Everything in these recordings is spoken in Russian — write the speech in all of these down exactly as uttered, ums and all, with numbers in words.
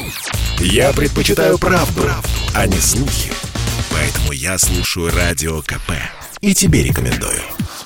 Я предпочитаю правду, правду, а не слухи. Поэтому я слушаю Радио КП. И тебе рекомендую.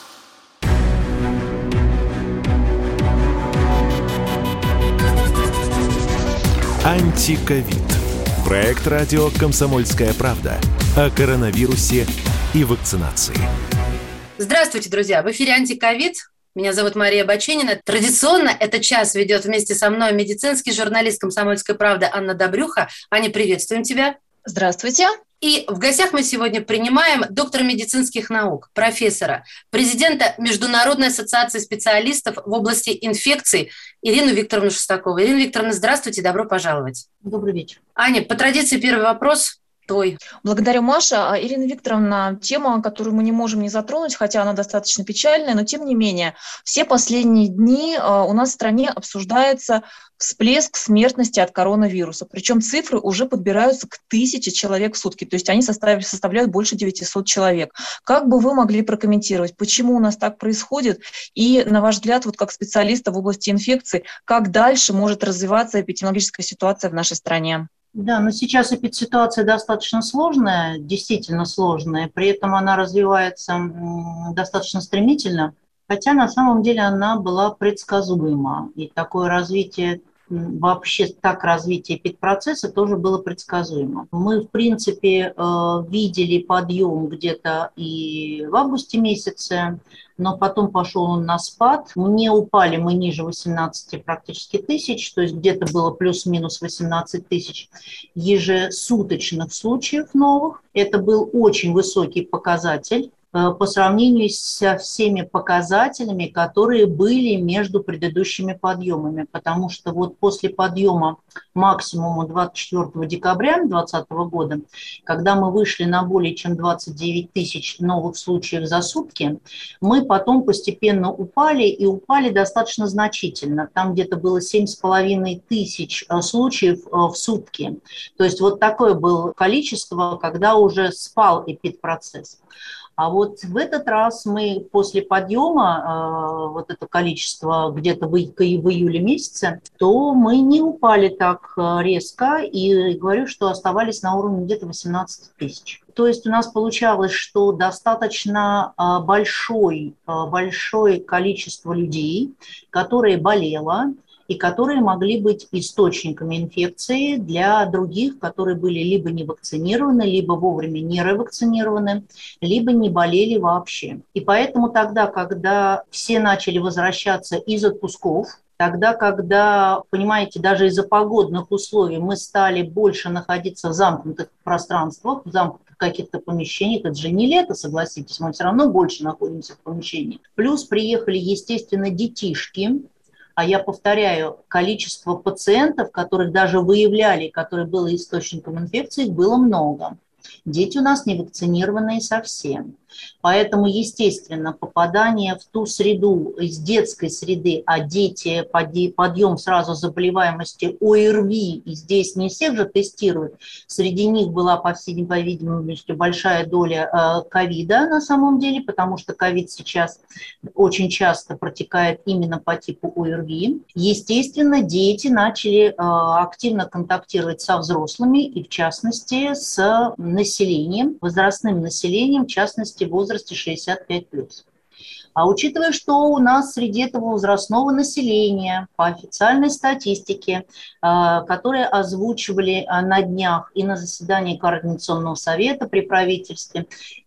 Антиковид. Проект радио «Комсомольская правда» о коронавирусе и вакцинации. Здравствуйте, друзья! В эфире «Антиковид». Меня зовут Мария Баченина. Традиционно этот час ведет вместе со мной медицинский журналист «Комсомольской правды» Анна Добрюха. Аня, приветствуем тебя. Здравствуйте. И в гостях мы сегодня принимаем доктора медицинских наук, профессора, президента Международной ассоциации специалистов в области инфекций Ирину Викторовну Шестакову. Ирина Викторовна, здравствуйте, добро пожаловать. Добрый вечер. Аня, по традиции первый вопрос твой. Благодарю, Маша. Ирина Викторовна, тема, которую мы не можем не затронуть, хотя она достаточно печальная, но тем не менее, все последние дни у нас в стране обсуждается всплеск смертности от коронавируса. Причем цифры уже подбираются к тысяче человек в сутки, то есть они составляют, составляют больше девятисот человек. Как бы вы могли прокомментировать, почему у нас так происходит? И, на ваш взгляд, вот как специалиста в области инфекций, как дальше может развиваться эпидемиологическая ситуация в нашей стране? Да, но сейчас эпидситуация достаточно сложная, действительно сложная, при этом она развивается достаточно стремительно, хотя на самом деле она была предсказуема. И такое развитие, вообще так развитие эпидпроцесса тоже было предсказуемо. Мы, в принципе, видели подъем где-то и в августе месяце, но потом пошел он на спад. Не упали мы ниже восемнадцати практически тысяч, то есть где-то было плюс-минус восемнадцать тысяч ежесуточных случаев новых. Это был очень высокий показатель по сравнению со всеми показателями, которые были между предыдущими подъемами, потому что вот после подъема максимума двадцать четвёртого декабря две тысячи двадцатого года, когда мы вышли на более чем двадцать девять тысяч новых случаев за сутки, мы потом постепенно упали и упали достаточно значительно. Там где-то было семь с половиной тысяч случаев в сутки. То есть вот такое было количество, когда уже спал эпидпроцесс. А вот в этот раз мы после подъема, э, вот это количество где-то в, в июле месяце, то мы не упали так резко и говорю, что оставались на уровне где-то восемнадцать тысяч. То есть у нас получалось, что достаточно э, большой, э, большое количество людей, которые болело, и которые могли быть источниками инфекции для других, которые были либо не вакцинированы, либо вовремя не ревакцинированы, либо не болели вообще. И поэтому тогда, когда все начали возвращаться из отпусков, тогда, когда, понимаете, даже из-за погодных условий мы стали больше находиться в замкнутых пространствах, в замкнутых каких-то помещениях, это же не лето, согласитесь, мы все равно больше находимся в помещении. Плюс приехали, естественно, детишки. А я повторяю, количество пациентов, которых даже выявляли, которые были источником инфекции, было много. Дети у нас не вакцинированные совсем. Поэтому, естественно, попадание в ту среду, из детской среды, а дети, подъем сразу заболеваемости ОРВИ, и здесь не всех же тестируют, среди них была, по всей видимости, большая доля ковида на самом деле, потому что ковид сейчас очень часто протекает именно по типу ОРВИ. Естественно, дети начали активно контактировать со взрослыми и, в частности, с населением, возрастным населением, в частности, в возрасте шестьдесят пять плюс. А учитывая, что у нас среди этого возрастного населения, по официальной статистике, которые озвучивали на днях и на заседании Координационного совета при правительстве,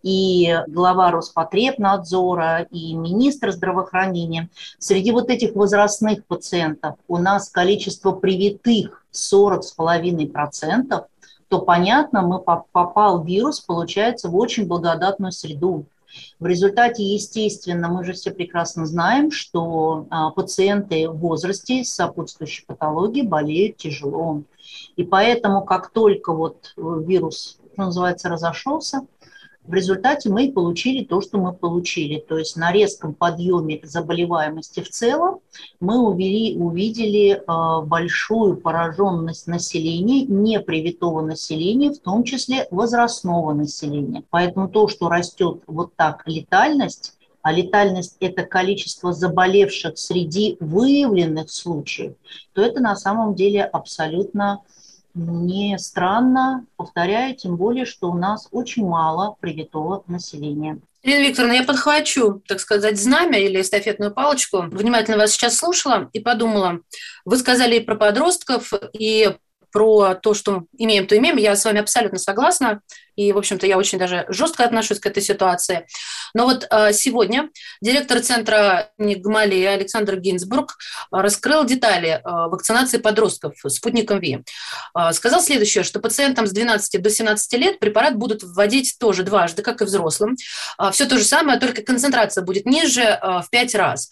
и глава Роспотребнадзора, и министр здравоохранения, среди вот этих возрастных пациентов у нас количество привитых сорок с половиной процентов, то, понятно, мы попал вирус, получается, в очень благодатную среду. В результате, естественно, мы же все прекрасно знаем, что а, пациенты в возрасте с сопутствующей патологией болеют тяжело. И поэтому, как только вот вирус, что называется, разошелся, в результате мы получили то, что мы получили. То есть на резком подъеме заболеваемости в целом мы увели, увидели э, большую пораженность населения, непривитого населения, в том числе возрастного населения. Поэтому то, что растет вот так летальность, а летальность – это количество заболевших среди выявленных случаев, то это на самом деле абсолютно не странно, повторяю, тем более, что у нас очень мало привитого населения. Ирина Викторовна, я подхвачу, так сказать, знамя или эстафетную палочку. Внимательно вас сейчас слушала и подумала, вы сказали и про подростков, и про то, что имеем, то имеем. Я с вами абсолютно согласна. И, в общем-то, я очень даже жестко отношусь к этой ситуации. Но вот сегодня директор центра Гамалеи Александр Гинзбург раскрыл детали вакцинации подростков спутником Ви. Сказал следующее, что пациентам с двенадцати до семнадцати лет препарат будут вводить тоже дважды, как и взрослым. Все то же самое, только концентрация будет ниже в пять раз.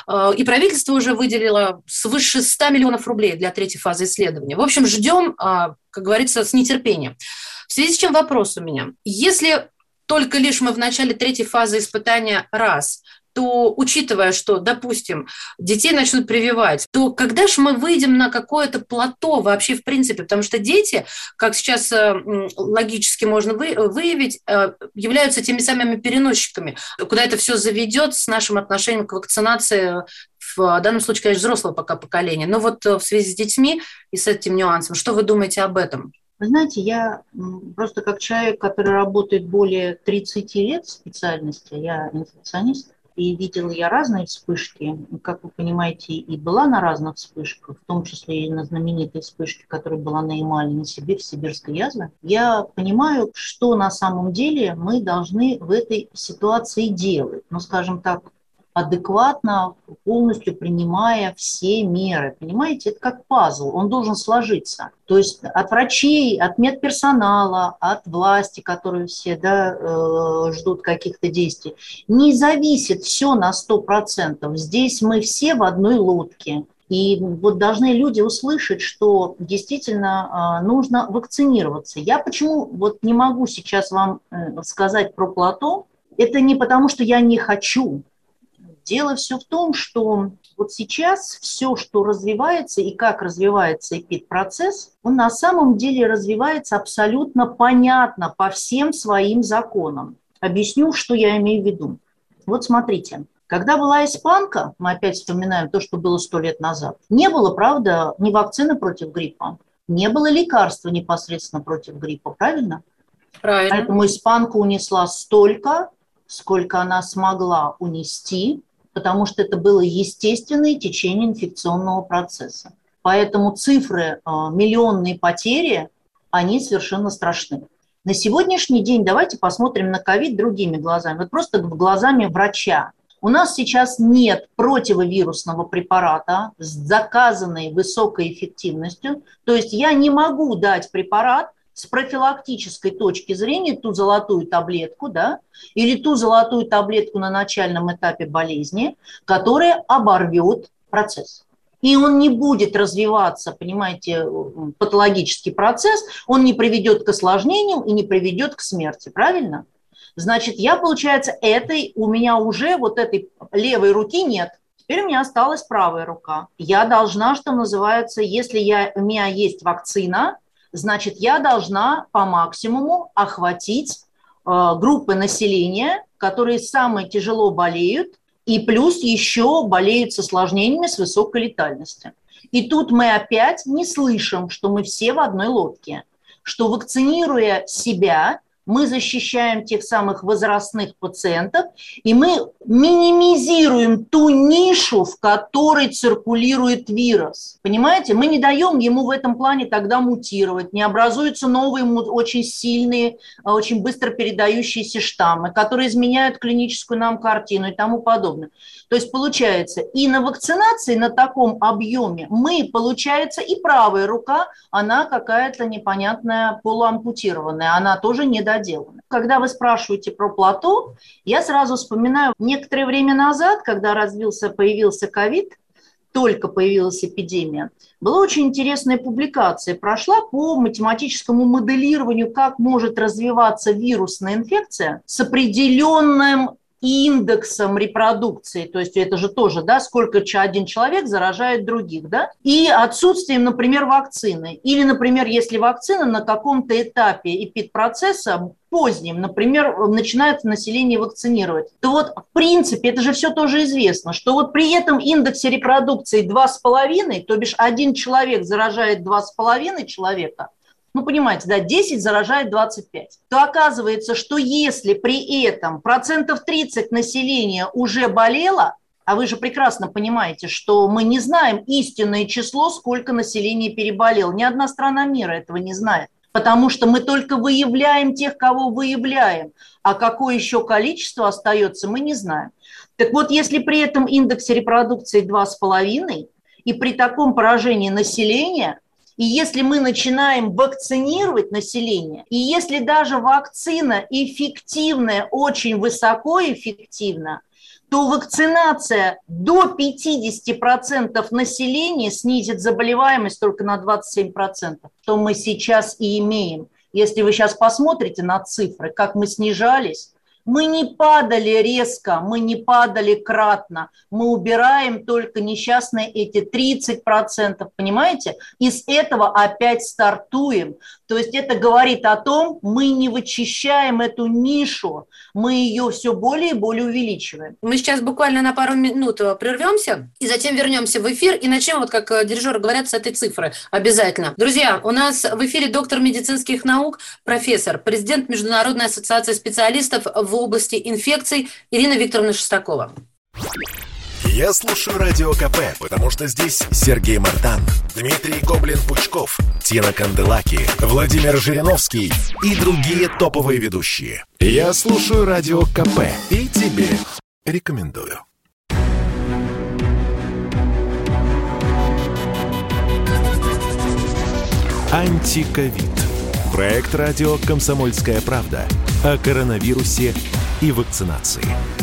И правительство уже выделило свыше ста миллионов рублей для третьей фазы исследования. В общем, ждем, как говорится, с нетерпением. В связи с чем вопрос у меня? Если только лишь мы в начале третьей фазы испытания раз, то, учитывая, что, допустим, детей начнут прививать, то когда же мы выйдем на какое-то плато вообще в принципе? Потому что дети, как сейчас логически можно выявить, являются теми самыми переносчиками. Куда это все заведет с нашим отношением к вакцинации, в данном случае, конечно, взрослого пока поколения. Но вот в связи с детьми и с этим нюансом, что вы думаете об этом? Вы знаете, я просто как человек, который работает более тридцати лет в специальности, я инфекционист, и видела я разные вспышки, как вы понимаете, и была на разных вспышках, в том числе и на знаменитой вспышке, которая была на Ямале, на Сибирь, сибирской язве. Я понимаю, что на самом деле мы должны в этой ситуации делать. Ну, скажем так, адекватно, полностью принимая все меры. Понимаете, это как пазл, он должен сложиться. То есть от врачей, от медперсонала, от власти, которые все да, э, ждут каких-то действий, не зависит все на сто процентов. Здесь мы все в одной лодке. И вот должны люди услышать, что действительно э, нужно вакцинироваться. Я почему вот не могу сейчас вам э, сказать про плато, это не потому, что я не хочу. Дело все в том, что вот сейчас все, что развивается и как развивается эпидпроцесс, он на самом деле развивается абсолютно понятно по всем своим законам. Объясню, что я имею в виду. Вот смотрите, когда была испанка, мы опять вспоминаем то, что было сто лет назад, не было, правда, ни вакцины против гриппа, не было лекарства непосредственно против гриппа, правильно? Правильно. Поэтому испанка унесла столько, сколько она смогла унести, потому что это было естественное течение инфекционного процесса. Поэтому цифры, миллионные потери, они совершенно страшны. На сегодняшний день давайте посмотрим на ковид другими глазами, вот просто глазами врача. У нас сейчас нет противовирусного препарата с заказанной высокой эффективностью, то есть я не могу дать препарат, с профилактической точки зрения ту золотую таблетку, да, или ту золотую таблетку на начальном этапе болезни, которая оборвет процесс. И он не будет развиваться, понимаете, патологический процесс, он не приведет к осложнениям и не приведет к смерти, правильно? Значит, я, получается, этой, у меня уже вот этой левой руки нет. Теперь у меня осталась правая рука. Я должна, что называется, если я, у меня есть вакцина, значит, я должна по максимуму охватить э, группы населения, которые самые тяжело болеют, и плюс еще болеют с осложнениями с высокой летальностью. И тут мы опять не слышим, что мы все в одной лодке, что вакцинируя себя, мы защищаем тех самых возрастных пациентов, и мы минимизируем ту нишу, в которой циркулирует вирус. Понимаете, мы не даем ему в этом плане тогда мутировать, не образуются новые очень сильные, очень быстро передающиеся штаммы, которые изменяют клиническую нам картину и тому подобное. То есть получается, и на вакцинации на таком объеме мы, получается, и правая рука, она какая-то непонятная, полуампутированная, она тоже не доделана. Когда вы спрашиваете про плато, я сразу вспоминаю некоторое время назад, когда развился, появился ковид, только появилась эпидемия, была очень интересная публикация, прошла по математическому моделированию, как может развиваться вирусная инфекция с определенным индексом репродукции, то есть это же тоже, да, сколько один человек заражает других, да, и отсутствием, например, вакцины. Или, например, если вакцина на каком-то этапе эпидпроцесса поздним, например, начинает население вакцинировать, то вот, в принципе, это же все тоже известно, что вот при этом индексе репродукции два с половиной, то бишь один человек заражает два с половиной человека, ну, понимаете, да, десять заражает двадцать пять, то оказывается, что если при этом процентов тридцать населения уже болело, а вы же прекрасно понимаете, что мы не знаем истинное число, сколько населения переболело, ни одна страна мира этого не знает, потому что мы только выявляем тех, кого выявляем, а какое еще количество остается, мы не знаем. Так вот, если при этом индексе репродукции два с половиной и при таком поражении населения, и если мы начинаем вакцинировать население, и если даже вакцина эффективная, очень высокоэффективна, то вакцинация до пятьдесят процентов населения снизит заболеваемость только на двадцать семь процентов, что мы сейчас и имеем. Если вы сейчас посмотрите на цифры, как мы снижались, мы не падали резко, мы не падали кратно, мы убираем только несчастные эти тридцать процентов, понимаете? И с этого опять стартуем. То есть это говорит о том, мы не вычищаем эту нишу, мы ее все более и более увеличиваем. Мы сейчас буквально на пару минут прервемся и затем вернемся в эфир и начнем, вот как дирижеры говорят, с этой цифры обязательно. Друзья, у нас в эфире доктор медицинских наук, профессор, президент Международной ассоциации специалистов в области инфекций Ирина Викторовна Шестакова. Я слушаю Радио КП, потому что здесь Сергей Мартан, Дмитрий Гоблин-Пучков, Тина Канделаки, Владимир Жириновский и другие топовые ведущие. Я слушаю Радио КП и тебе рекомендую. Антиковид. Проект радио «Комсомольская правда» о коронавирусе и вакцинации.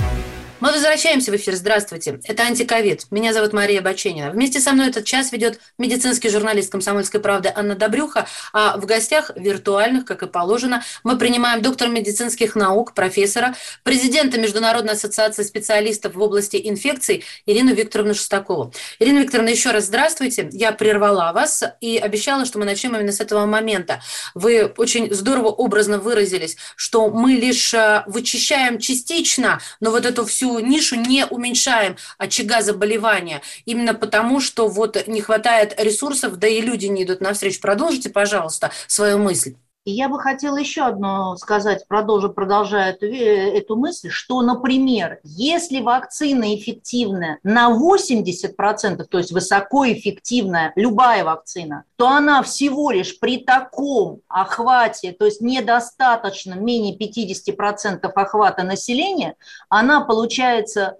Мы возвращаемся в эфир. Здравствуйте. Это «Антиковид». Меня зовут Мария Баченина. Вместе со мной этот час ведет медицинский журналист «Комсомольской правды» Анна Добрюха. А в гостях виртуальных, как и положено, мы принимаем доктора медицинских наук, профессора, президента Международной ассоциации специалистов в области инфекций Ирину Викторовну Шестакову. Ирина Викторовна, еще раз здравствуйте. Я прервала вас и обещала, что мы начнем именно с этого момента. Вы очень здорово образно выразились, что мы лишь вычищаем частично, но вот эту всю нишу не уменьшаем очага заболевания, именно потому, что вот не хватает ресурсов, да и люди не идут навстречу. Продолжите, пожалуйста, свою мысль. И я бы хотела еще одно сказать, продолжу, продолжая эту, эту мысль, что, например, если вакцина эффективна на восемьдесят процентов, то есть высокоэффективная любая вакцина, то она всего лишь при таком охвате, то есть недостаточно, менее пятьдесят процентов охвата населения, она, получается,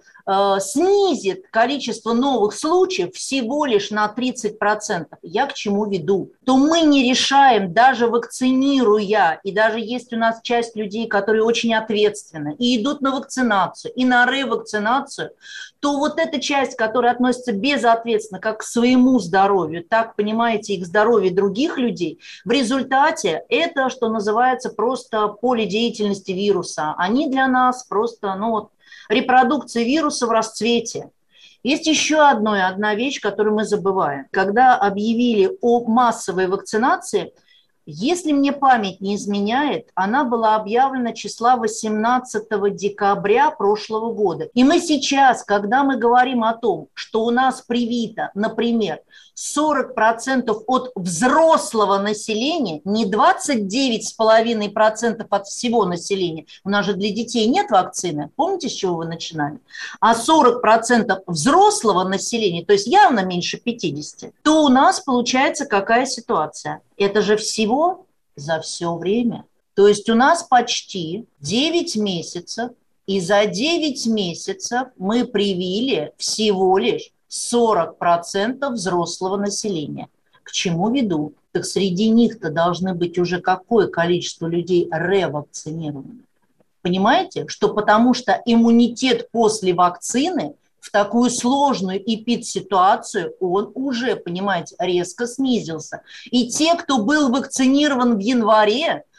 снизит количество новых случаев всего лишь на тридцать процентов. Я к чему веду? То мы не решаем, даже вакцинируя, и даже есть у нас часть людей, которые очень ответственны и идут на вакцинацию, и на ревакцинацию, то вот эта часть, которая относится безответственно как к своему здоровью, так, понимаете, и к здоровью других людей, в результате это, что называется, просто поле деятельности вируса. Они для нас просто, ну вот, репродукция вируса в расцвете. Есть еще одно, одна вещь, которую мы забываем. Когда объявили о массовой вакцинации, если мне память не изменяет, она была объявлена числа восемнадцатого декабря прошлого года. И мы сейчас, когда мы говорим о том, что у нас привито, например, сорок процентов от взрослого населения, не двадцать девять целых пять десятых процента от всего населения, у нас же для детей нет вакцины, помните, с чего вы начинали, а сорок процентов взрослого населения, то есть явно меньше пятидесяти, то у нас получается какая ситуация? Это же всего за все время. То есть у нас почти девять месяцев, и за девять месяцев мы привили всего лишь сорок процентов взрослого населения. К чему веду? Так среди них-то должны быть уже какое количество людей ревакцинированы. Понимаете? Что потому что иммунитет после вакцины в такую сложную эпидситуацию он уже, понимаете, резко снизился. И те, кто был вакцинирован в январе,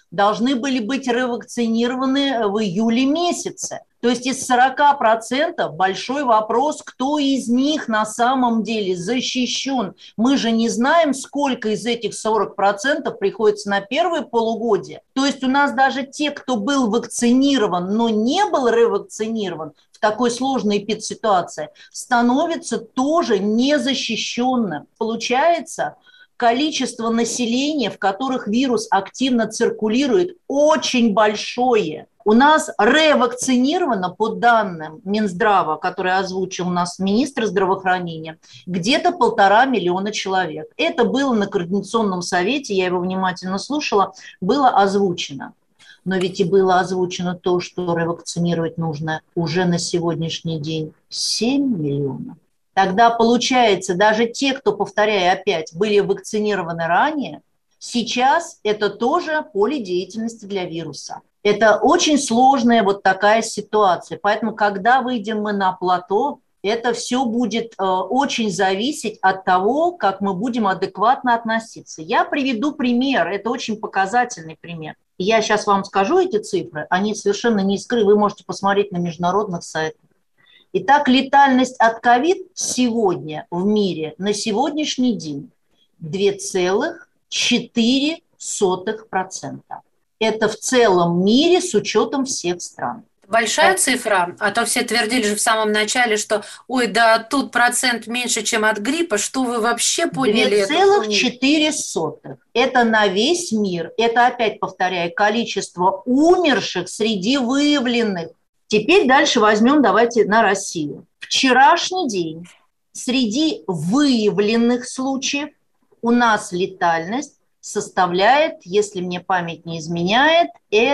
должны были быть ревакцинированы в июле месяце. То есть из сорока процентов большой вопрос, кто из них на самом деле защищен. Мы же не знаем, сколько из этих сорока процентов приходится на первое полугодие. То есть у нас даже те, кто был вакцинирован, но не был ревакцинирован в такой сложной эпидситуации, становится тоже незащищенным. Получается, количество населения, в которых вирус активно циркулирует, очень большое. У нас ревакцинировано, по данным Минздрава, который озвучил у нас министр здравоохранения, где-то полтора миллиона человек. Это было на Координационном совете, я его внимательно слушала, было озвучено. Но ведь и было озвучено то, что ревакцинировать нужно уже на сегодняшний день семь миллионов. Тогда получается, даже те, кто, повторяю опять, были вакцинированы ранее, сейчас это тоже поле деятельности для вируса. Это очень сложная вот такая ситуация. Поэтому, когда выйдем мы на плато, это все будет э, очень зависеть от того, как мы будем адекватно относиться. Я приведу пример, это очень показательный пример. Я сейчас вам скажу эти цифры, они совершенно не скрыты, вы можете посмотреть на международных сайтах. Итак, летальность от ковид сегодня в мире на сегодняшний день два целых четыре сотых процента. Это в целом мире с учетом всех стран. Большая так. цифра, а то все твердили же в самом начале, что ой, да тут процент меньше, чем от гриппа, что вы вообще поняли? два целых четыре сотых. Это на весь мир. Это, опять повторяю, количество умерших среди выявленных. Теперь дальше возьмем, давайте, на Россию. Вчерашний день среди выявленных случаев у нас летальность составляет, если мне память не изменяет,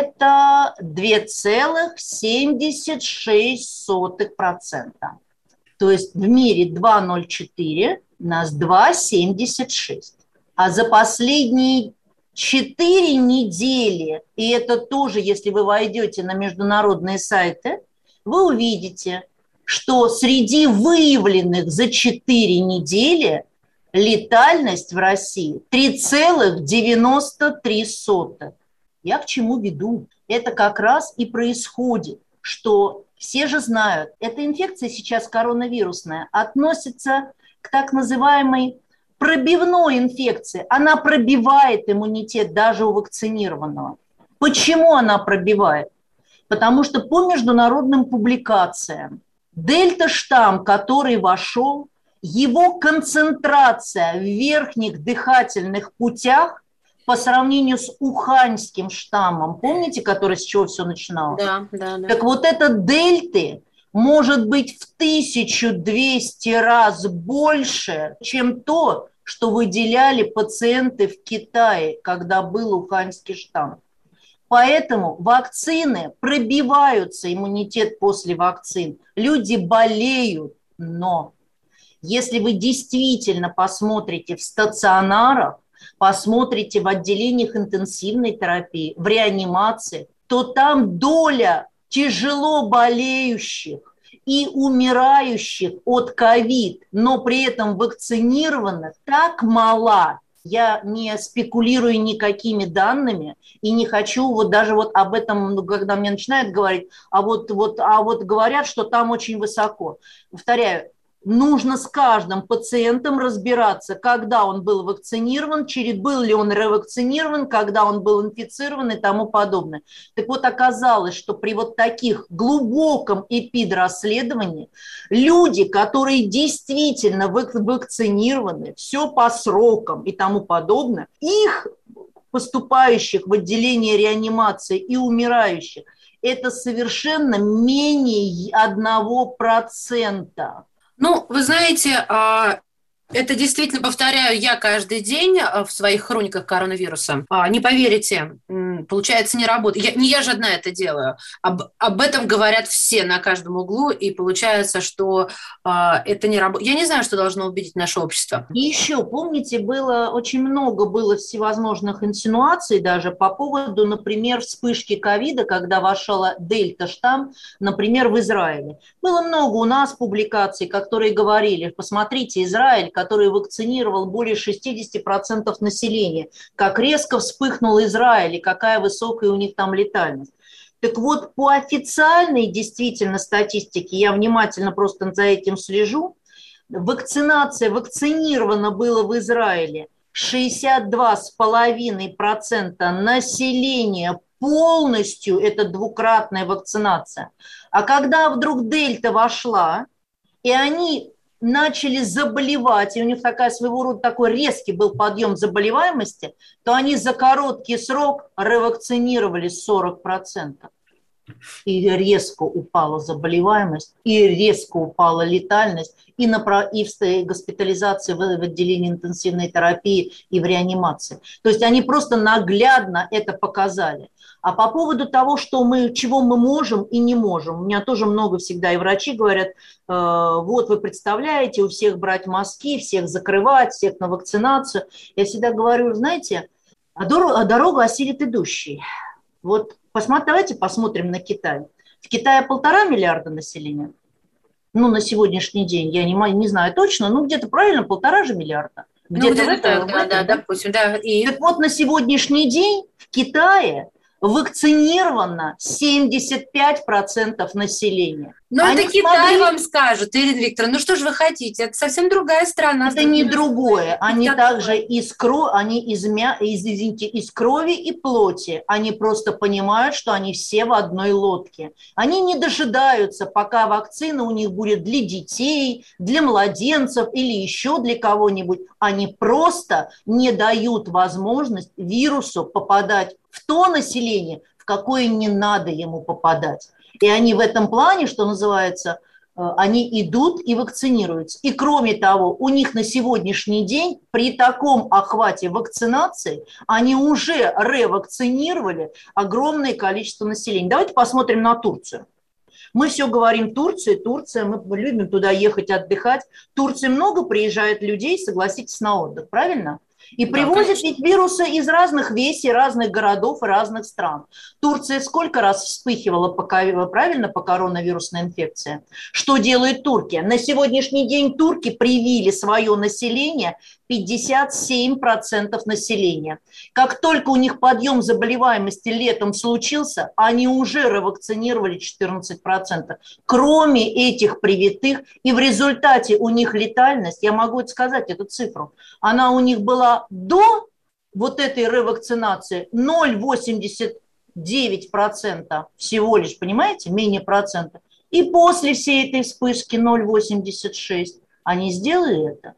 это два целых семьдесят шесть сотых процента. То есть в мире два целых ноль четыре, у нас два целых семьдесят шесть. А за последние четыре недели, и это тоже, если вы войдете на международные сайты, вы увидите, что среди выявленных за четыре недели летальность в России три целых девяносто три сотых. Я к чему веду? Это как раз и происходит, что все же знают, эта инфекция сейчас коронавирусная относится к так называемой пробивной инфекции. Она пробивает иммунитет даже у вакцинированного. Почему она пробивает? Потому что по международным публикациям дельта-штамм, который вошел, его концентрация в верхних дыхательных путях по сравнению с уханьским штаммом, помните, который с чего все начиналось? Да, да, да. Так вот это дельты может быть в тысячу двести раз больше, чем то, что выделяли пациенты в Китае, когда был уханьский штамм. Поэтому вакцины пробиваются, иммунитет после вакцин. Люди болеют, но если вы действительно посмотрите в стационарах, посмотрите в отделениях интенсивной терапии, в реанимации, то там доля тяжело болеющих и умирающих от ковид, но при этом вакцинированных, так мала. Я не спекулирую никакими данными и не хочу вот даже вот об этом, когда мне начинают говорить, а вот, вот, а вот говорят, что там очень высоко. Повторяю, нужно с каждым пациентом разбираться, когда он был вакцинирован, через был ли он ревакцинирован, когда он был инфицирован и тому подобное. Так вот, оказалось, что при вот таких глубоком эпидрасследовании люди, которые действительно вакцинированы, все по срокам и тому подобное, их поступающих в отделение реанимации и умирающих, это совершенно менее одного процента. Ну, вы знаете, это действительно, повторяю я каждый день в своих хрониках коронавируса. Не поверите, получается, не работает. Я, не я же одна это делаю. Об, об этом говорят все на каждом углу, и получается, что это не работает. Я не знаю, что должно убедить наше общество. И еще, помните, было очень много было всевозможных инсинуаций даже по поводу, например, вспышки ковида, когда вошел дельта-штамм, например, в Израиле. Было много у нас публикаций, которые говорили, посмотрите, Израиль, который вакцинировал более шестьдесят процентов населения, как резко вспыхнул Израиль, и какая такая высокая у них там летальность. Так вот, по официальной действительно статистике, я внимательно просто за этим слежу, вакцинация, вакцинировано было в Израиле шестьдесят два целых пять десятых процента населения полностью, это двукратная вакцинация. А когда вдруг дельта вошла, и они начали заболевать, и у них такая своего рода такой резкий был подъем заболеваемости, то они за короткий срок ревакцинировали сорок процентов. И резко упала заболеваемость, и резко упала летальность, и, на, и в госпитализации в, в отделении интенсивной терапии, и в реанимации. То есть они просто наглядно это показали. А по поводу того, что мы, чего мы можем и не можем, у меня тоже много всегда, и врачи говорят, э, вот вы представляете, у всех брать маски, всех закрывать, всех на вакцинацию. Я всегда говорю, знаете, а дорогу, а дорогу осилит идущий. Вот посмотри, давайте посмотрим на Китай. В Китае полтора миллиарда населения. Ну, на сегодняшний день, я не, не знаю точно, но где-то правильно, полтора же миллиарда. Где-то, ну, где-то в этом, да, да, да, допустим, да. И... Так вот, на сегодняшний день в Китае вакцинировано семьдесят пять процентов населения. Ну, это Китай вам скажет, Ирина Викторовна, ну что же вы хотите? Это совсем другая страна. Это не другое. Они также из, крови, они из, мя... из, извините, из крови и плоти. Они просто понимают, что они все в одной лодке. Они не дожидаются, пока вакцина у них будет для детей, для младенцев или еще для кого-нибудь. Они просто не дают возможность вирусу попадать в то население, в какое не надо ему попадать. И они в этом плане, что называется, они идут и вакцинируются. И кроме того, у них на сегодняшний день при таком охвате вакцинации они уже ревакцинировали огромное количество населения. Давайте посмотрим на Турцию. Мы все говорим Турция, Турция, мы любим туда ехать отдыхать. В Турции много приезжает людей, согласитесь, на отдых, правильно? И да, привозят ведь вирусы из разных весей, разных городов и разных стран. Турция сколько раз вспыхивала, по, правильно, по коронавирусной инфекции? Что делают турки? На сегодняшний день турки привили свое население пятьдесят семь процентов населения. Как только у них подъем заболеваемости летом случился, они уже ревакцинировали четырнадцать процентов. Кроме этих привитых, и в результате у них летальность, я могу сказать эту цифру, она у них была до вот этой ревакцинации ноль целых восемьдесят девять сотых процента всего лишь, понимаете, менее процента. И после всей этой вспышки ноль целых восемьдесят шесть сотых. Они сделали это?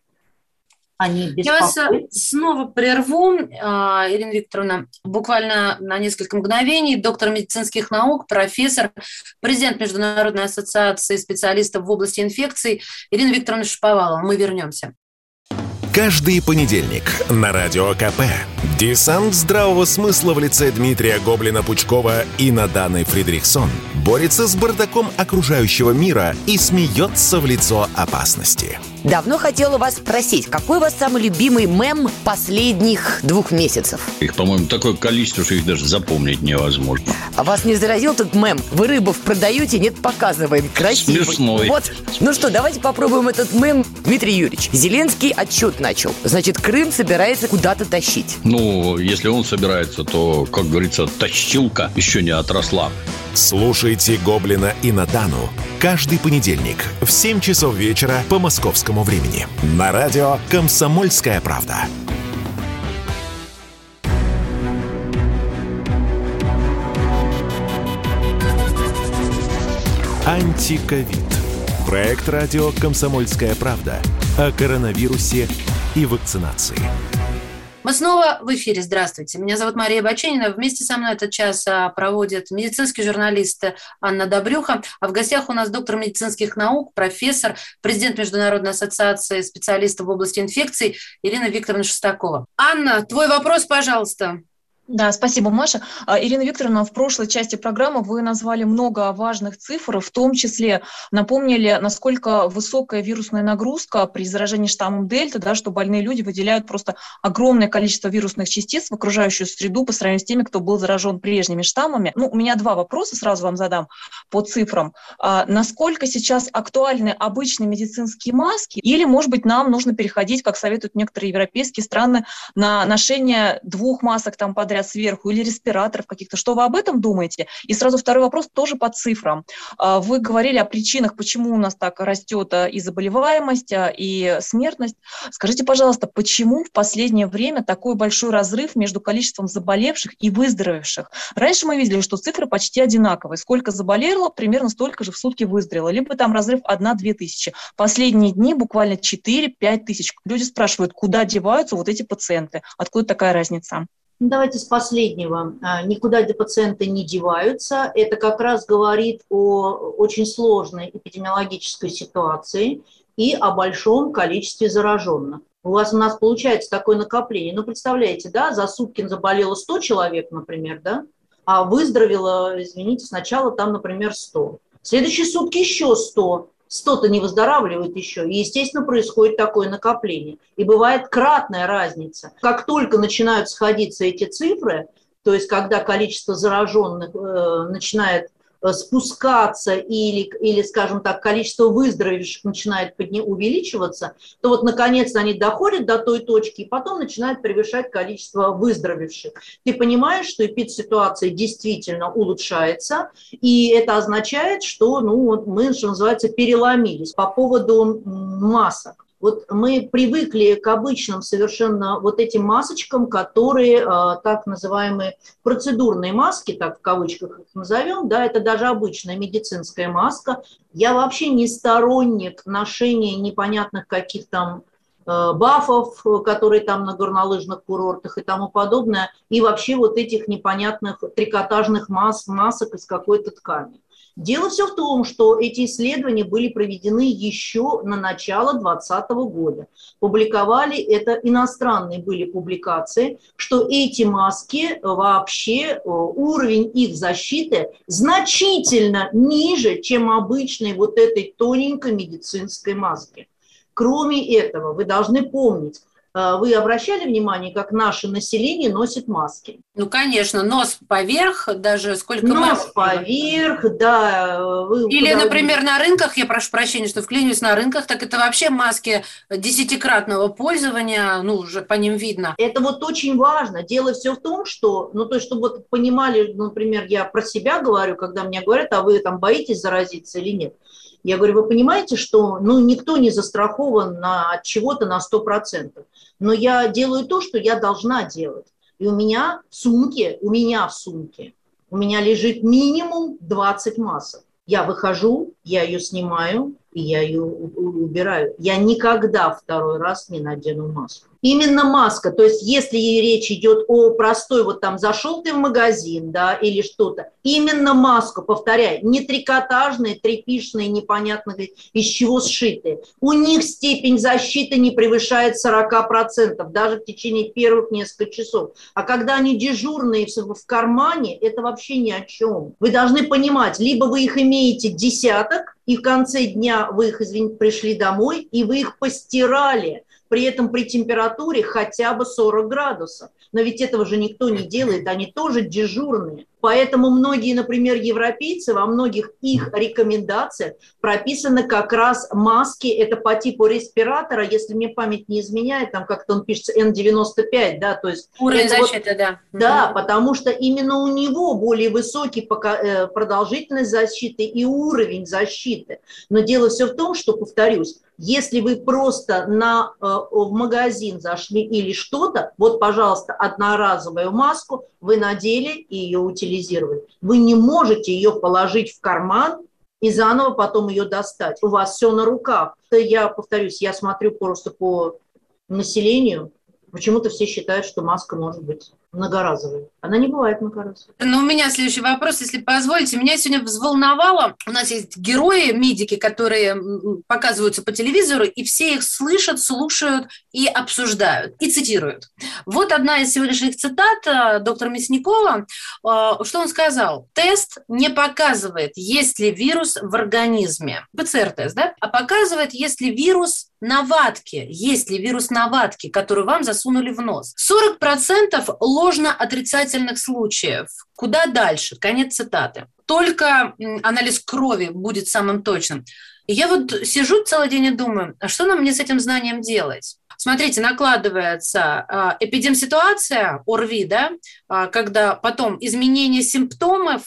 Они беспокоятся. Я вас снова прерву, Ирина Викторовна, буквально на несколько мгновений. Доктор медицинских наук, профессор, президент Международной ассоциации специалистов в области инфекций Ирина Викторовна Шаповалова. Мы вернемся. Каждый понедельник на Радио ка пэ десант здравого смысла в лице Дмитрия Гоблина-Пучкова и Наданы Фридрихсон борется с бардаком окружающего мира и смеется в лицо опасности. Давно хотела вас спросить, какой у вас самый любимый мем последних двух месяцев? Их, по-моему, такое количество, что их даже запомнить невозможно. А вас не заразил тот мем? Вы рыбов продаете, нет, показываем. Красивый. Смешной. Вот. Ну что, давайте попробуем этот мем. Дмитрий Юрьевич, Зеленский отчет начал. Значит, Крым собирается куда-то тащить. Ну, если он собирается, то, как говорится, тащилка еще не отросла. Слушайте Гоблина и Надану каждый понедельник в семь часов вечера по московскому времени на радио «Комсомольская правда». Антиковид. Проект радио «Комсомольская правда» о коронавирусе и вакцинации. Мы снова в эфире. Здравствуйте. Меня зовут Мария Баченина. Вместе со мной этот час проводит медицинский журналист Анна Добрюха. А в гостях у нас доктор медицинских наук, профессор, президент Международной ассоциации специалистов в области инфекций Ирина Викторовна Шестакова. Анна, твой вопрос, пожалуйста. Да, спасибо, Маша. Ирина Викторовна, в прошлой части программы вы назвали много важных цифр, в том числе напомнили, насколько высокая вирусная нагрузка при заражении штаммом Дельта, да, что больные люди выделяют просто огромное количество вирусных частиц в окружающую среду по сравнению с теми, кто был заражен прежними штаммами. Ну, у меня два вопроса, сразу вам задам по цифрам. А, насколько сейчас актуальны обычные медицинские маски, или, может быть, нам нужно переходить, как советуют некоторые европейские страны, на ношение двух масок там подряд? говорят, сверху, или респираторов каких-то. Что вы об этом думаете? И сразу второй вопрос тоже по цифрам. Вы говорили о причинах, почему у нас так растет и заболеваемость, и смертность. Скажите, пожалуйста, почему в последнее время такой большой разрыв между количеством заболевших и выздоровевших? Раньше мы видели, что цифры почти одинаковые. Сколько заболело, примерно столько же в сутки выздоровело. Либо там разрыв одна-две тысячи. Последние дни буквально четыре-пять тысяч. Люди спрашивают, куда деваются вот эти пациенты? Откуда такая разница? Давайте с последнего. Никуда эти пациенты не деваются. Это как раз говорит о очень сложной эпидемиологической ситуации и о большом количестве зараженных. У вас у нас получается такое накопление. Ну, представляете, да, за сутки заболело сто человек, например, да, а выздоровело, извините, сначала там, например, сто. В следующие сутки еще сто. сто-то не выздоравливает еще. И, естественно, происходит такое накопление. И бывает кратная разница. Как только начинают сходиться эти цифры, то есть когда количество зараженных э, начинает спускаться или, или, скажем так, количество выздоровевших начинает подня- увеличиваться, то вот наконец они доходят до той точки и потом начинают превышать количество выздоровевших. Ты понимаешь, что эпидситуация действительно улучшается, и это означает, что ну, мы, что называется, переломились по поводу масок. Вот мы привыкли к обычным совершенно вот этим масочкам, которые э, так называемые процедурные маски, так в кавычках их назовем, да, это даже обычная медицинская маска. Я вообще не сторонник ношения непонятных каких там э, бафов, которые там на горнолыжных курортах и тому подобное, и вообще вот этих непонятных трикотажных мас- масок из какой-то ткани. Дело все в том, что эти исследования были проведены еще на начало двадцатого года. Публиковали, это иностранные были публикации, что эти маски вообще, уровень их защиты значительно ниже, чем обычной вот этой тоненькой медицинской маски. Кроме этого, вы должны помнить, вы обращали внимание, как наше население носит маски? Ну, конечно, нос поверх, даже сколько мы... Нос поверх, да. Вы Или, куда... например, на рынках, я прошу прощения, что вклинюсь, на рынках, так это вообще маски десятикратного пользования, ну, уже по ним видно. Это вот очень важно. Дело все в том, что, ну, то есть, чтобы вот понимали, например, я про себя говорю, когда мне говорят, а вы там боитесь заразиться или нет. Я говорю, вы понимаете, что ну, никто не застрахован на, от чего-то на сто процентов. Но я делаю то, что я должна делать. И у меня в сумке, у меня в сумке, у меня лежит минимум двадцать масок. Я выхожу, я ее снимаю, и я ее убираю. Я никогда второй раз не надену маску. Именно маска, то есть если речь идет о простой, вот там зашел ты в магазин, да, или что-то, именно маску, повторяю, не трикотажные, тряпичные, непонятно из чего сшитые. У них степень защиты не превышает сорок процентов, даже в течение первых нескольких часов. А когда они дежурные в кармане, это вообще ни о чем. Вы должны понимать, либо вы их имеете десяток, и в конце дня вы их, извините, пришли домой, и вы их постирали, при этом при температуре хотя бы сорок градусов. Но ведь этого же никто не делает, они тоже дежурные. Поэтому многие, например, европейцы, во многих их рекомендациях прописаны как раз маски, это по типу респиратора, если мне память не изменяет, там как-то он пишется эн девяносто пять, да, то есть... Уровень защиты, вот, да. Да, угу. Потому что именно у него более высокий продолжительность защиты и уровень защиты. Но дело все в том, что, повторюсь, если вы просто на, в магазин зашли или что-то, вот, пожалуйста, одноразовую маску вы надели и ее утилизировали. Вы не можете ее положить в карман и заново потом ее достать. У вас все на руках. Я повторюсь, я смотрю просто по населению. Почему-то все считают, что маска может быть многоразовой. Она не бывает многоразовой. Но у меня следующий вопрос, если позволите. Меня сегодня взволновало. У нас есть герои, медики, которые показываются по телевизору, и все их слышат, слушают и обсуждают, и цитируют. Вот одна из сегодняшних цитат доктора Мясникова. Что он сказал? Тест не показывает, есть ли вирус в организме. пэ цэ эр-тест, да? А показывает, есть ли вирус на ватке, есть ли вирус на ватке, который вам засунули в нос. сорок процентов ложно-отрицательных случаев. Куда дальше? Конец цитаты. Только анализ крови будет самым точным. И я вот сижу целый день и думаю, а что нам мне с этим знанием делать? Смотрите, накладывается э, эпидемситуация ОРВИ, да, э, когда потом изменение симптомов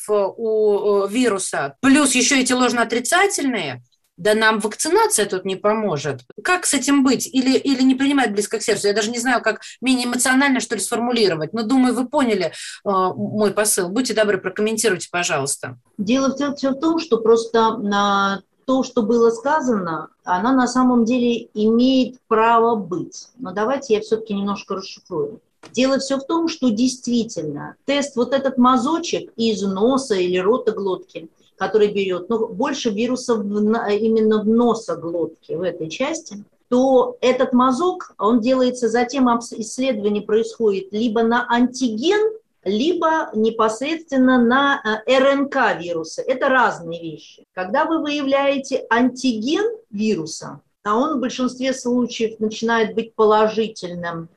у э, вируса, плюс еще эти ложноотрицательные, да нам вакцинация тут не поможет. Как с этим быть? Или, или не принимать близко к сердцу? Я даже не знаю, как менее эмоционально, что ли, сформулировать. Но, думаю, вы поняли э, мой посыл. Будьте добры, прокомментируйте, пожалуйста. Дело все, все в том, что просто на то, что было сказано, оно на самом деле имеет право быть. Но давайте я все-таки немножко расшифрую. Дело все в том, что действительно тест, вот этот мазочек из носа или рота глотки, который берет, но больше вирусов именно в носоглотке, в этой части, то этот мазок, он делается, затем исследование происходит либо на антиген, либо непосредственно на РНК вируса. Это разные вещи. Когда вы выявляете антиген вируса, а он в большинстве случаев начинает быть положительным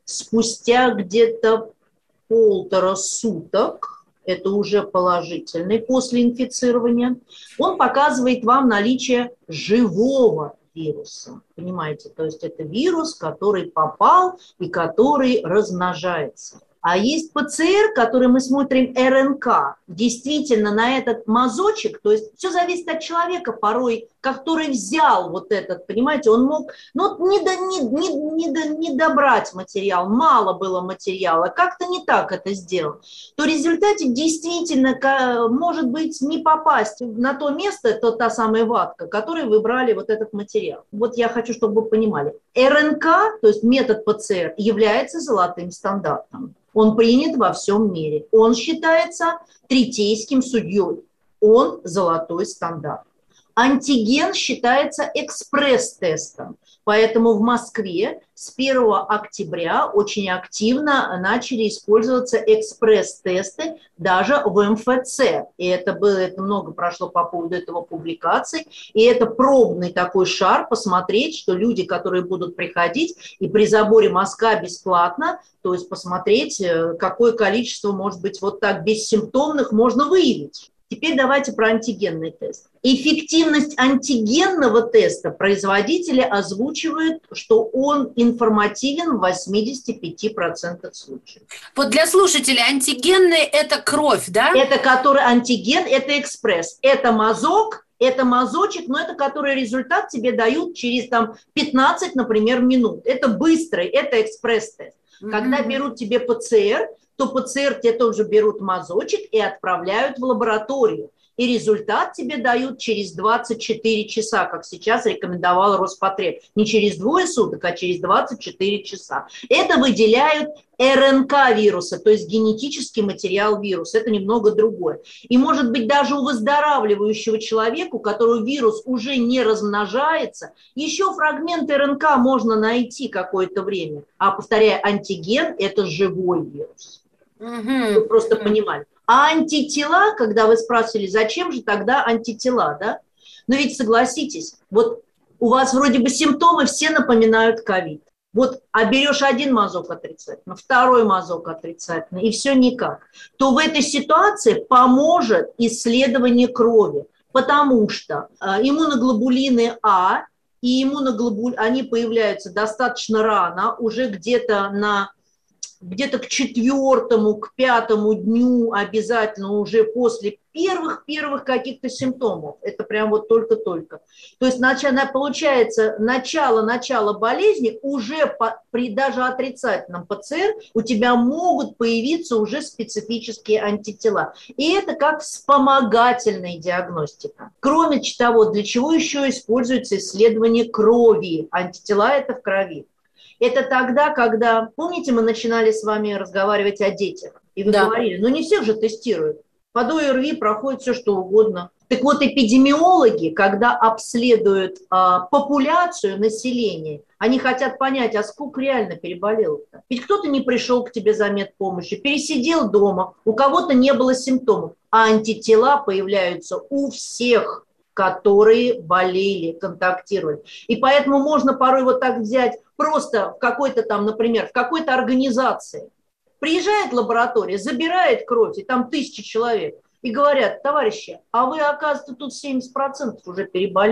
спустя где-то полтора суток, это уже положительный после инфицирования, он показывает вам наличие живого вируса. Понимаете? То есть это вирус, который попал и который размножается. А есть ПЦР, который мы смотрим РНК, действительно на этот мазочек, то есть все зависит от человека порой, который взял вот этот, понимаете, он мог ну, не, до, не, не, не, до, не добрать материал, мало было материала, как-то не так это сделал, то в результате действительно может быть не попасть на то место, это та самая ватка, которой вы брали вот этот материал. Вот я хочу, чтобы вы понимали, РНК, то есть метод ПЦР, является золотым стандартом. Он принят во всем мире. Он считается третейским судьей. Он золотой стандарт. Антиген считается экспресс-тестом. Поэтому в Москве с первого октября очень активно начали использоваться экспресс-тесты даже в эм эф цэ. И это было, это много прошло по поводу этого публикаций. И это пробный такой шар, посмотреть, что люди, которые будут приходить, и при заборе мазка бесплатно, то есть посмотреть, какое количество, может быть, вот так бессимптомных можно выявить. Теперь давайте про антигенный тест. Эффективность антигенного теста производители озвучивают, что он информативен в восемьдесят пять процентов случаев. Вот для слушателей антигенный – это кровь, да? Это который антиген, это экспресс. Это мазок, это мазочек, но это который результат тебе дают через там, пятнадцать, например, минут. Это быстрый, это экспресс-тест. Mm-hmm. Когда берут тебе ПЦР, то ПЦР тебе тоже берут мазочек и отправляют в лабораторию. И результат тебе дают через двадцать четыре часа, как сейчас рекомендовал Роспотреб. Не через двое суток, а через двадцать четыре часа. Это выделяют РНК вируса, то есть генетический материал вируса. Это немного другое. И может быть даже у выздоравливающего человека, у которого вирус уже не размножается, еще фрагмент РНК можно найти какое-то время. А, повторяю, антиген – это живой вирус. Угу. Вы просто понимали. А антитела, когда вы спрашивали, зачем же тогда антитела, да? Но ведь согласитесь, вот у вас вроде бы симптомы все напоминают ковид. Вот, а берешь один мазок отрицательный, второй мазок отрицательный, и все никак. То в этой ситуации поможет исследование крови, потому что иммуноглобулины А и иммуноглобулины, они появляются достаточно рано, уже где-то на... где-то к четвертому, к пятому дню обязательно уже после первых-первых каких-то симптомов. Это прям вот только-только. То есть начало, получается, начало-начало болезни уже по, при даже отрицательном ПЦР у тебя могут появиться уже специфические антитела. И это как вспомогательная диагностика. Кроме того, для чего еще используется исследование крови? Антитела – это в крови. Это тогда, когда, помните, мы начинали с вами разговаривать о детях, и вы да. говорили, ну не всех же тестируют, под ОРВИ проходит все, что угодно. Так вот, эпидемиологи, когда обследуют а, популяцию населения, они хотят понять, а сколько реально переболело-то. Ведь кто-то не пришел к тебе за медпомощью, пересидел дома, у кого-то не было симптомов, а антитела появляются у всех, которые болели, контактировали. И поэтому можно порой вот так взять просто в какой-то там, например, в какой-то организации. Приезжает лаборатория, забирает кровь, и там тысячи человек, и говорят, товарищи, а вы, оказывается, тут семьдесят процентов уже переболели.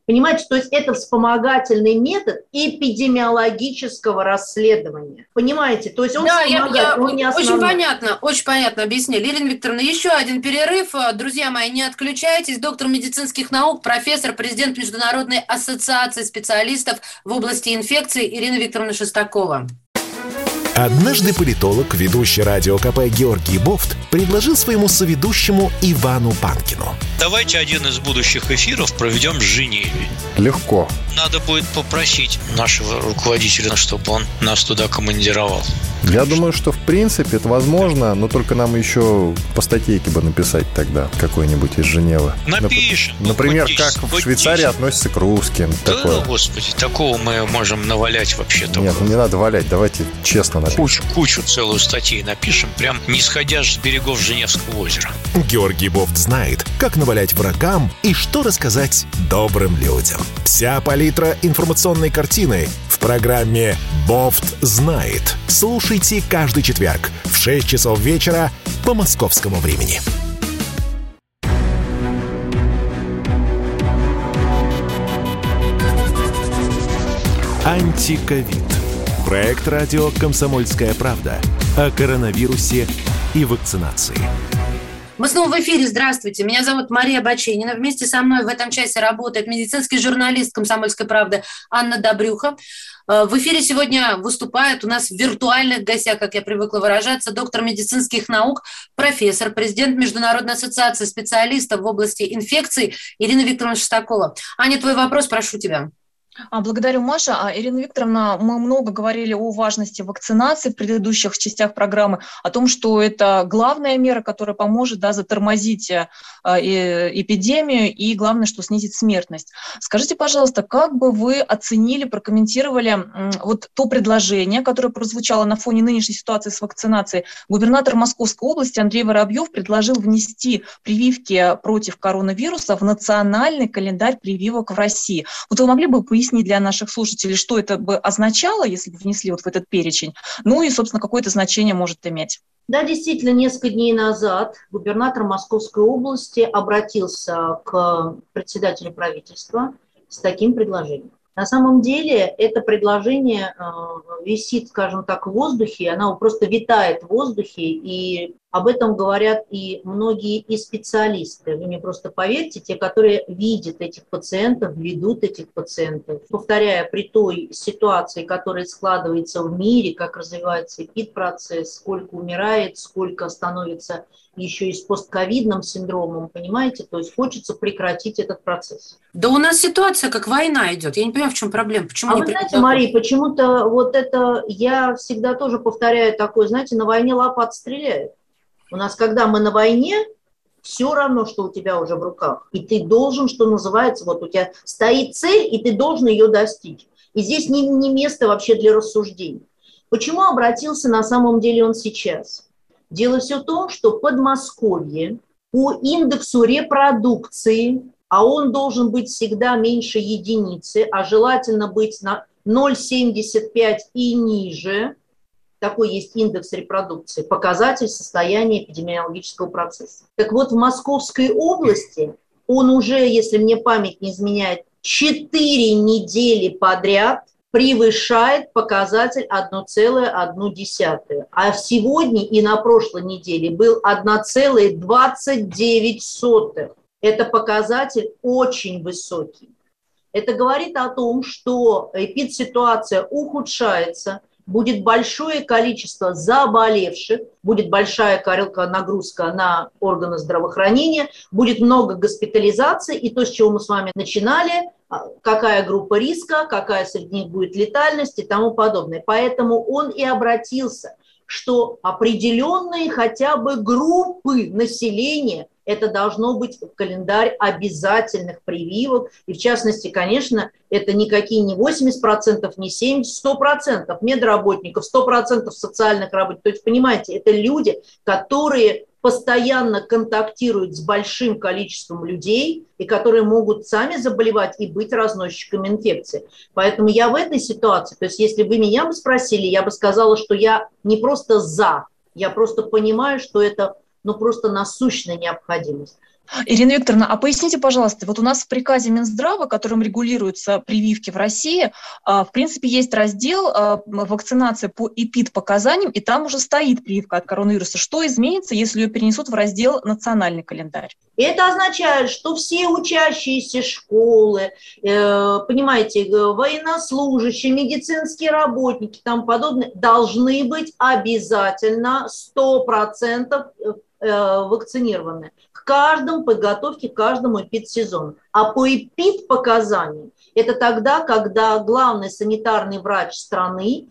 Понимаете, то есть это вспомогательный метод эпидемиологического расследования. Понимаете, то есть он да, я, я, он не основной. Очень понятно, очень понятно объяснили. Ирина Викторовна, еще один перерыв. Друзья мои, не отключайтесь. Доктор медицинских наук, профессор, президент Международной ассоциации специалистов в области инфекций Ирина Викторовна Шестакова. Однажды политолог, ведущий радио ка пэ Георгий Бофт, предложил своему соведущему Ивану Панкину: давайте один из будущих эфиров проведем в Женеве. Легко. Надо будет попросить нашего руководителя, чтобы он нас туда командировал. Я думаю, что в принципе это возможно, но только нам еще по статейке бы написать тогда какой-нибудь из Женевы. Напишем. Например, ну, как в Швейцарии относятся к русским. Да, такое. господи, такого мы можем навалять вообще. Нет, ну не надо валять, давайте честно напишем. Кучу, кучу целую статей напишем, прям не сходя с берегов Женевского озера. Георгий Бофт знает, как навалять врагам и что рассказать добрым людям. Вся палитра информационной картины в программе «Бофт знает». Слушайте каждый четверг в шесть часов вечера по московскому времени. Антиковид. Проект радио «Комсомольская правда» о коронавирусе и вакцинации. Мы снова в эфире. Здравствуйте. Меня зовут Мария Баченина. Вместе со мной в этом часе работает медицинский журналист «Комсомольской правды» Анна Добрюха. В эфире сегодня выступает у нас в виртуальных гостях, как я привыкла выражаться, доктор медицинских наук, профессор, президент Международной ассоциации специалистов в области инфекций Ирина Викторовна Шестакова. Аня, твой вопрос, прошу тебя. Благодарю, Маша. Ирина Викторовна, мы много говорили о важности вакцинации в предыдущих частях программы, о том, что это главная мера, которая поможет, да, затормозить э, эпидемию и, главное, что снизить смертность. Скажите, пожалуйста, как бы вы оценили, прокомментировали э, вот то предложение, которое прозвучало на фоне нынешней ситуации с вакцинацией? Губернатор Московской области Андрей Воробьев предложил внести прививки против коронавируса в национальный календарь прививок в России. Вот вы могли бы пояснить для наших слушателей, что это бы означало, если бы внесли вот в этот перечень, ну и, собственно, какое-то значение может иметь? Да, действительно, несколько дней назад губернатор Московской области обратился к председателю правительства с таким предложением. На самом деле это предложение э, висит, скажем так, в воздухе, оно просто витает в воздухе, и об этом говорят и многие и специалисты. Вы мне просто поверьте, те, которые видят этих пациентов, ведут этих пациентов. Повторяя, при той ситуации, которая складывается в мире, как развивается эпид-процесс, сколько умирает, сколько становится еще и с постковидным синдромом, понимаете? То есть хочется прекратить этот процесс. Да у нас ситуация как война идет. Я не понимаю, в чем проблема. Почему а не вы знаете, прекратят? Мария, почему-то вот это я всегда тоже повторяю такое, знаете, на войне лопат стреляет. У нас, когда мы на войне, все равно, что у тебя уже в руках. И ты должен, что называется, вот у тебя стоит цель, и ты должен ее достичь. И здесь не, не место вообще для рассуждений. Почему обратился на самом деле он сейчас? Дело все в том, что Подмосковье по индексу репродукции, а он должен быть всегда меньше единицы, а желательно быть на ноль целых семьдесят пять сотых и ниже, такой есть индекс репродукции, показатель состояния эпидемиологического процесса. Так вот, в Московской области он уже, если мне память не изменяет, четыре недели подряд превышает показатель одна целая одна десятая. А сегодня и на прошлой неделе был одна целая двадцать девять сотых. Это показатель очень высокий. Это говорит о том, что эпидситуация ухудшается, будет большое количество заболевших, будет большая нагрузка на органы здравоохранения, будет много госпитализаций, и то, с чего мы с вами начинали, какая группа риска, какая среди них будет летальность и тому подобное. Поэтому он и обратился, что определенные хотя бы группы населения, это должно быть в календарь обязательных прививок. И в частности, конечно, это никакие не восемьдесят процентов, не семьдесят процентов, сто процентов медработников, сто процентов социальных работников. То есть, понимаете, это люди, которые постоянно контактируют с большим количеством людей и которые могут сами заболевать и быть разносчиками инфекции. Поэтому я в этой ситуации, то есть если вы меня бы спросили, я бы сказала, что я не просто за, я просто понимаю, что это ну, просто насущная необходимость. Ирина Викторовна, а поясните, пожалуйста, вот у нас в приказе Минздрава, которым регулируются прививки в России, в принципе, есть раздел вакцинация по эпид-показаниям, и там уже стоит прививка от коронавируса. Что изменится, если ее перенесут в раздел «Национальный календарь»? Это означает, что все учащиеся школы, понимаете, военнослужащие, медицинские работники и тому подобное должны быть обязательно сто процентов вакцинированы. К каждому подготовке, к каждому эпид-сезону. А по эпид-показаниям это тогда, когда главный санитарный врач страны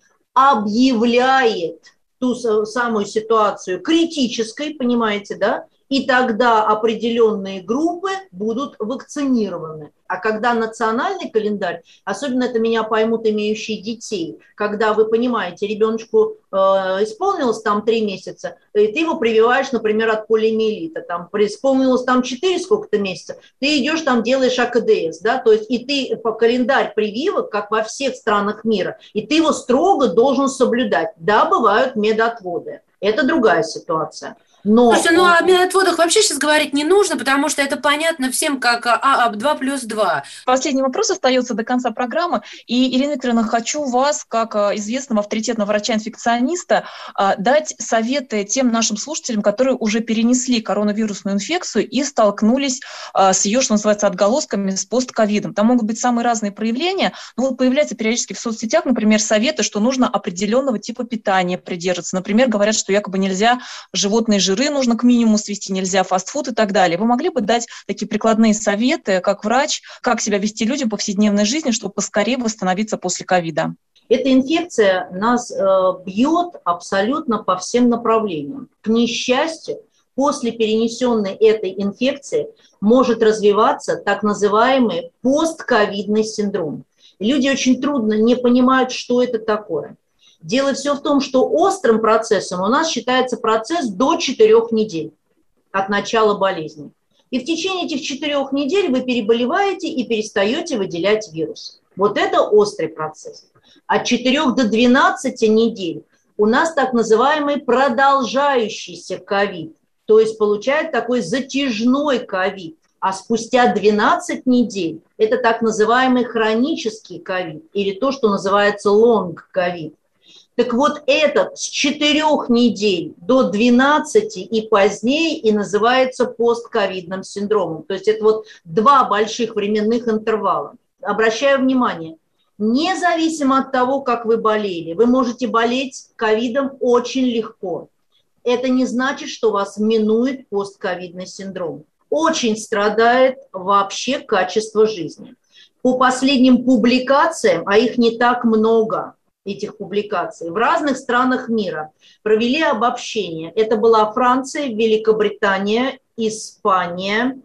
объявляет ту самую ситуацию критической, понимаете, да? И тогда определенные группы будут вакцинированы. А когда национальный календарь, особенно это меня поймут имеющие детей, когда вы понимаете, ребеночку э, исполнилось там три месяца, и ты его прививаешь, например, от полиомиелита, там исполнилось там четыре сколько-то месяцев, ты идешь там делаешь а ка дэ эс, да, то есть и ты по календарь прививок, как во всех странах мира, и ты его строго должен соблюдать. Да, бывают медотводы, это другая ситуация. Но... Слушайте, ну о медотводах вообще сейчас говорить не нужно, потому что это понятно всем, как а об два плюс два. Последний вопрос остается до конца программы. И, Ирина Викторовна, хочу вас, как известного авторитетного врача-инфекциониста, дать советы тем нашим слушателям, которые уже перенесли коронавирусную инфекцию и столкнулись с ее, что называется, отголосками, с постковидом. Там могут быть самые разные проявления. Но вот появляются периодически в соцсетях, например, советы, что нужно определенного типа питания придерживаться. Например, говорят, что якобы нельзя животные жиры нужно к минимуму свести, нельзя фастфуд и так далее. Вы могли бы дать такие прикладные советы, как врач, как себя вести людям в повседневной жизни, чтобы поскорее восстановиться после ковида? Эта инфекция нас э, бьет абсолютно по всем направлениям. К несчастью, после перенесенной этой инфекции может развиваться так называемый постковидный синдром. Люди очень трудно не понимают, что это такое. Дело все в том, что острым процессом у нас считается процесс до четырех недель от начала болезни. И в течение этих четырех недель вы переболеваете и перестаете выделять вирус. Вот это острый процесс. От четырёх до двенадцати недель у нас так называемый продолжающийся ковид. То есть получает такой затяжной ковид. А спустя двенадцать недель это так называемый хронический ковид или то, что называется лонг-ковид. Так вот этот с четырёх недель до двенадцати и позднее и называется постковидным синдромом. То есть это вот два больших временных интервала. Обращаю внимание, независимо от того, как вы болели, вы можете болеть ковидом очень легко. Это не значит, что вас минует постковидный синдром. Очень страдает вообще качество жизни. По последним публикациям, а их не так много, этих публикаций, в разных странах мира провели обобщение. Это была Франция, Великобритания, Испания,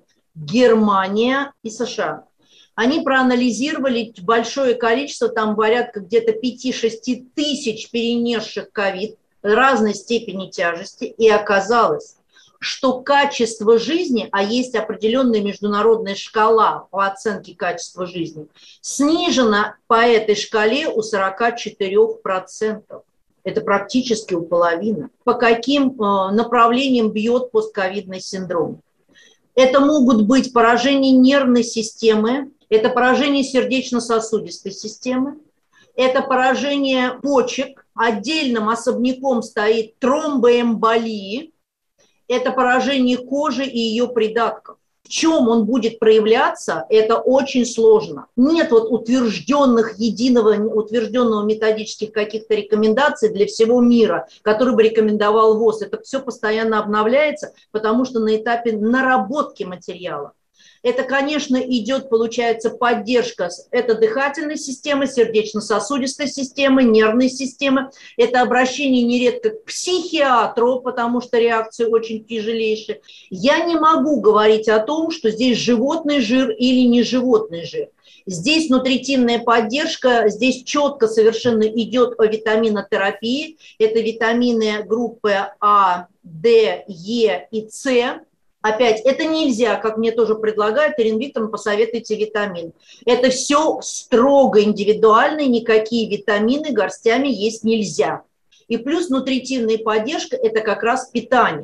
Германия и США. Они проанализировали большое количество, там порядка где-то пять-шесть тысяч перенесших ковид разной степени тяжести, и оказалось, что качество жизни, а есть определенная международная шкала по оценке качества жизни, снижено по этой шкале у сорок четыре процента. Это практически у половины. По каким направлениям бьет постковидный синдром? Это могут быть поражения нервной системы, это поражение сердечно-сосудистой системы, это поражение почек, отдельным особняком стоит тромбоэмболии, это поражение кожи и ее придатков. В чем он будет проявляться, это очень сложно. Нет вот утвержденных, единого, утвержденного методических каких-то рекомендаций для всего мира, который бы рекомендовал ВОЗ. Это все постоянно обновляется, потому что на этапе наработки материала. Это, конечно, идет, получается, поддержка. Это дыхательной системы, сердечно-сосудистой системы, нервной системы. Это обращение нередко к психиатру, потому что реакции очень тяжелейшие. Я не могу говорить о том, что здесь животный жир или не животный жир. Здесь нутритивная поддержка, здесь четко совершенно идет о витаминотерапии. Это витамины группы А, Д, Е и С. Опять, это нельзя, как мне тоже предлагают, Ирина Викторовна, посоветуйте витамин. Это все строго индивидуально, никакие витамины горстями есть нельзя. И плюс нутритивная поддержка – это как раз питание.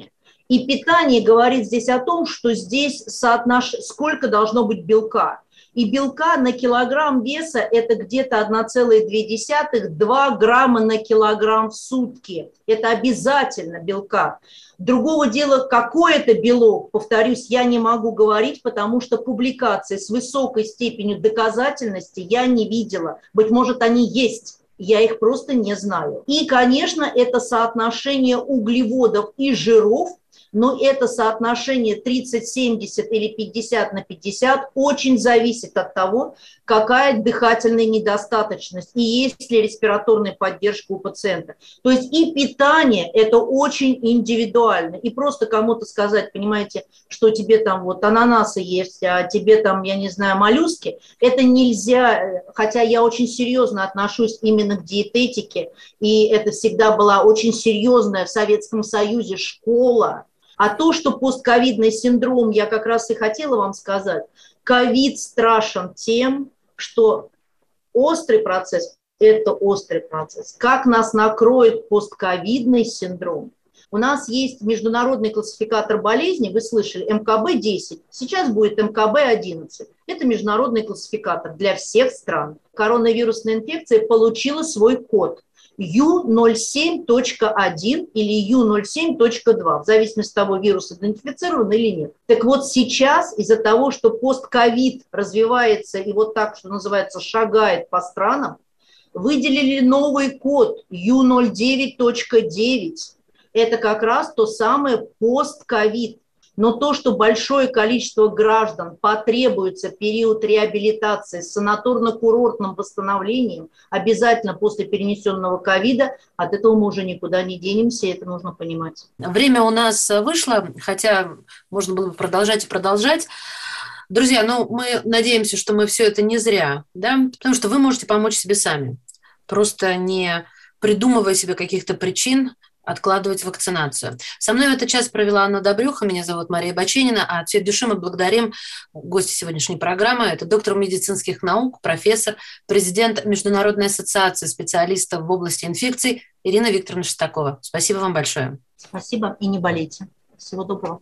И питание говорит здесь о том, что здесь соотнош... сколько должно быть белка. И белка на килограмм веса – это где-то одна целая две десятых - два грамма на килограмм в сутки. Это обязательно белка. Другого дела, какой это белок, повторюсь, я не могу говорить, потому что публикации с высокой степенью доказательности я не видела. Быть может, они есть. Я их просто не знаю. И, конечно, это соотношение углеводов и жиров, но это соотношение тридцать семьдесят или пятьдесят на пятьдесят очень зависит от того, какая дыхательная недостаточность и есть ли респираторная поддержка у пациента. То есть и питание – это очень индивидуально. И просто кому-то сказать, понимаете, что тебе там вот ананасы есть, а тебе там, я не знаю, моллюски, это нельзя, хотя я очень серьезно отношусь именно к диететике, и это всегда была очень серьезная в Советском Союзе школа. А то, что постковидный синдром, я как раз и хотела вам сказать, ковид страшен тем, что острый процесс – это острый процесс. Как нас накроет постковидный синдром? У нас есть международный классификатор болезней, вы слышали, эм ка бэ десять, сейчас будет эм ка бэ одиннадцать. Это международный классификатор для всех стран. Коронавирусная инфекция получила свой код. ю ноль семь точка один или ю ноль семь точка два, в зависимости от того, вирус идентифицирован или нет. Так вот сейчас из-за того, что постковид развивается и вот так, что называется, шагает по странам, выделили новый код ю ноль девять точка девять. Это как раз то самое постковид. Но то, что большое количество граждан потребуется период реабилитации с санаторно-курортным восстановлением, обязательно после перенесенного ковида, от этого мы уже никуда не денемся, и это нужно понимать. Время у нас вышло, хотя можно было бы продолжать и продолжать. Друзья, ну мы надеемся, что мы все это не зря, да? Потому что вы можете помочь себе сами, просто не придумывая себе каких-то причин откладывать вакцинацию. Со мной в этот час провела Анна Добрюха, меня зовут Мария Баченина, а от всей души мы благодарим гостя сегодняшней программы. Это доктор медицинских наук, профессор, президент Международной ассоциации специалистов в области инфекций Ирина Викторовна Шестакова. Спасибо вам большое. Спасибо и не болейте. Всего доброго.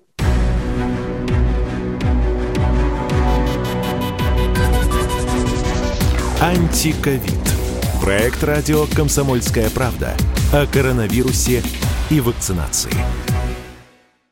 Антиковид. Проект радио «Комсомольская правда» о коронавирусе и вакцинации.